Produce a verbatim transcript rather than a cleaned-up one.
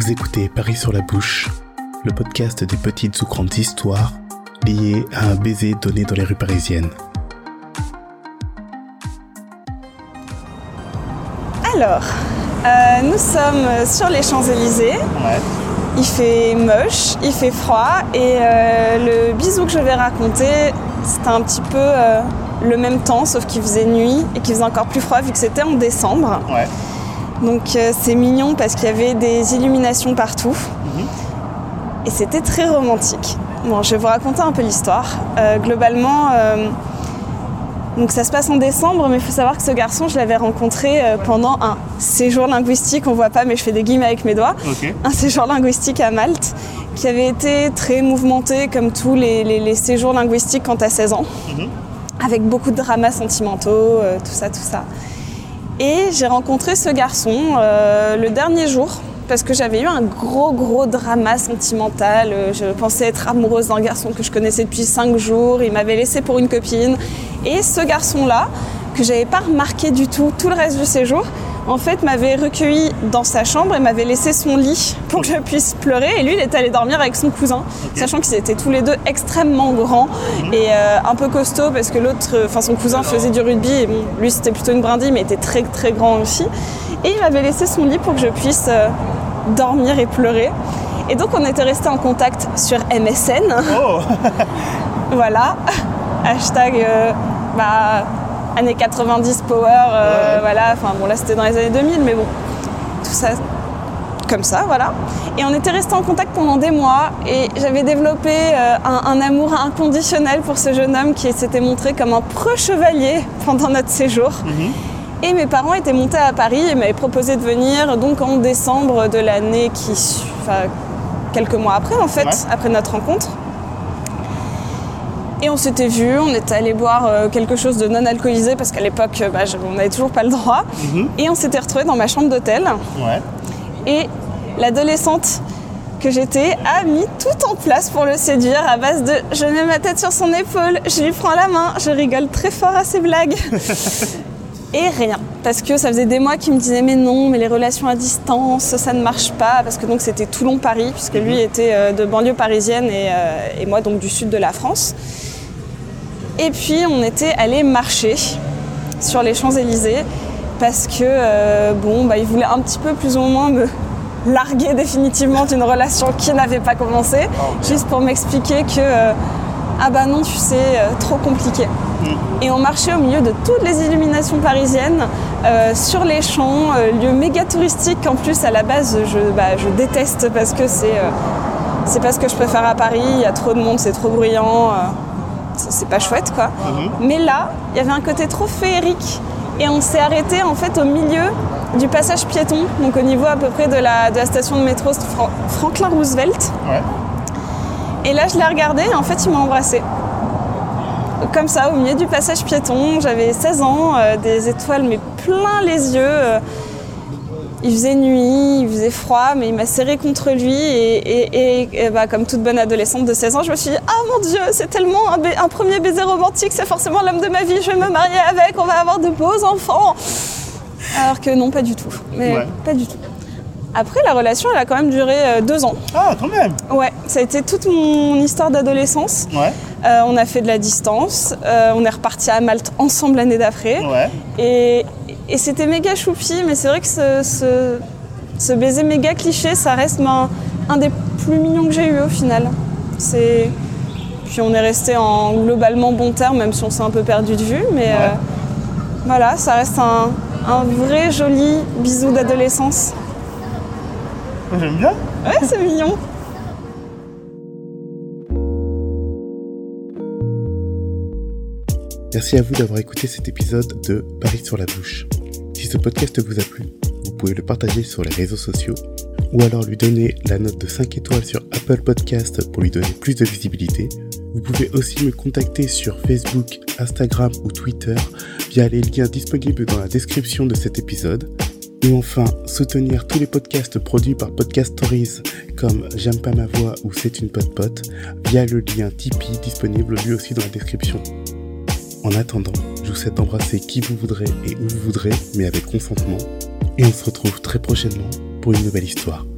Vous écoutez Paris sur la bouche, le podcast des petites ou grandes histoires liées à un baiser donné dans les rues parisiennes. Alors, euh, nous sommes sur les Champs-Élysées. Ouais. Il fait moche, il fait froid et euh, le bisou que je vais raconter, c'était un petit peu euh, le même temps, sauf qu'il faisait nuit et qu'il faisait encore plus froid vu que c'était en décembre. Ouais. Donc euh, c'est mignon parce qu'il y avait des illuminations partout Mm-hmm. et c'était très romantique. Bon, je vais vous raconter un peu l'histoire. Euh, globalement, euh, donc ça se passe en décembre, mais il faut savoir que ce garçon, je l'avais rencontré euh, pendant un séjour linguistique, on voit pas, mais je fais des guillemets avec mes doigts, Ok. un séjour linguistique à Malte, qui avait été très mouvementé comme tous les, les, les séjours linguistiques quand t'as seize ans, Mhm. avec beaucoup de dramas sentimentaux, euh, tout ça, tout ça. Et j'ai rencontré ce garçon euh, le dernier jour, parce que j'avais eu un gros gros drama sentimental. Euh, Je pensais être amoureuse d'un garçon que je connaissais depuis cinq jours, il m'avait laissé pour une copine. Et ce garçon-là, que j'avais pas remarqué du tout tout le reste du séjour, en fait m'avait recueilli dans sa chambre et m'avait laissé son lit pour que je puisse pleurer. Et lui, il était allé dormir avec son cousin, Ok. sachant qu'ils étaient tous les deux extrêmement grands et euh, un peu costauds, parce que l'autre, enfin son cousin faisait du rugby et bon, lui c'était plutôt une brindille, mais était très très grand aussi. Et il m'avait laissé son lit pour que je puisse euh, dormir et pleurer. Et donc on était restés en contact sur M S N. Oh. Voilà, hashtag euh, bah, années quatre-vingt-dix power, euh, Ouais. voilà, enfin bon là c'était dans les années deux mille, mais bon, tout ça comme ça, voilà. Et on était restés en contact pendant des mois et j'avais développé euh, un, un amour inconditionnel pour ce jeune homme qui s'était montré comme un pro-chevalier pendant notre séjour. Mhm. Et mes parents étaient montés à Paris et m'avaient proposé de venir donc en décembre de l'année qui suit, enfin quelques mois après en fait, Ouais. après notre rencontre. Et on s'était vus, on était allé boire euh, quelque chose de non alcoolisé parce qu'à l'époque, euh, bah, je- on n'avait toujours pas le droit. Mhm. Et on s'était retrouvés dans ma chambre d'hôtel. Ouais. Et l'adolescente que j'étais a mis tout en place pour le séduire à base de « je mets ma tête sur son épaule, je lui prends la main, je rigole très fort à ses blagues ». Et rien, parce que ça faisait des mois qu'il me disait « mais non, mais les relations à distance, ça ne marche pas », parce que donc c'était Toulon-Paris, puisque lui était euh, de banlieue parisienne et, euh, et moi donc du sud de la France. Et puis on était allés marcher sur les Champs-Élysées parce que euh, bon, bah, il voulait un petit peu plus ou moins me larguer définitivement d'une relation qui n'avait pas commencé, juste pour m'expliquer que euh, ah bah non, tu sais, euh, trop compliqué. Et on marchait au milieu de toutes les illuminations parisiennes, euh, sur les champs, euh, lieu méga touristique qu'en plus à la base je, bah, je déteste parce que c'est, euh, c'est pas ce que je préfère à Paris, il y a trop de monde, c'est trop bruyant, euh, c'est, c'est pas chouette quoi. Mhm. Mais là, il y avait un côté trop féerique et on s'est arrêté en fait au milieu du passage piéton, donc au niveau à peu près de la, de la station de métro Fra- Franklin Roosevelt. Ouais. Et là, je l'ai regardé et en fait, il m'a embrassée. Comme ça, au milieu du passage piéton, j'avais seize ans, euh, des étoiles mais plein les yeux. euh, il faisait nuit, il faisait froid, mais il m'a serré contre lui et, et, et, et bah, comme toute bonne adolescente de seize ans, je me suis dit « Ah mon Dieu, c'est tellement un, ba- un premier baiser romantique, c'est forcément l'homme de ma vie, je vais me marier avec, on va avoir de beaux enfants !» Alors que non, pas du tout. Mais Ouais. pas du tout. Après, la relation, elle a quand même duré euh, deux ans. Ah, quand même. Ouais, ça a été toute mon histoire d'adolescence. Ouais. Euh, on a fait de la distance, euh, on est reparti à Malte ensemble l'année d'après. Ouais. Et, et c'était méga choupi, mais c'est vrai que ce, ce, ce baiser méga cliché, ça reste ben, un des plus mignons que j'ai eu au final. C'est... Puis on est resté en globalement bon terme, même si on s'est un peu perdu de vue. Mais euh, voilà, ça reste un, un vrai joli bisou d'adolescence. J'aime bien. Ouais, c'est mignon. Merci à vous d'avoir écouté cet épisode de Paris sur la bouche. Si ce podcast vous a plu, vous pouvez le partager sur les réseaux sociaux ou alors lui donner la note de cinq étoiles sur Apple Podcast pour lui donner plus de visibilité. Vous pouvez aussi me contacter sur Facebook, Instagram ou Twitter via les liens disponibles dans la description de cet épisode. Et enfin, soutenir tous les podcasts produits par Podcast Stories comme J'aime pas ma voix ou C'est une pote pote via le lien Tipeee disponible lui aussi dans la description. En attendant, je vous souhaite d'embrasser qui vous voudrez et où vous voudrez, mais avec consentement. Et on se retrouve très prochainement pour une nouvelle histoire.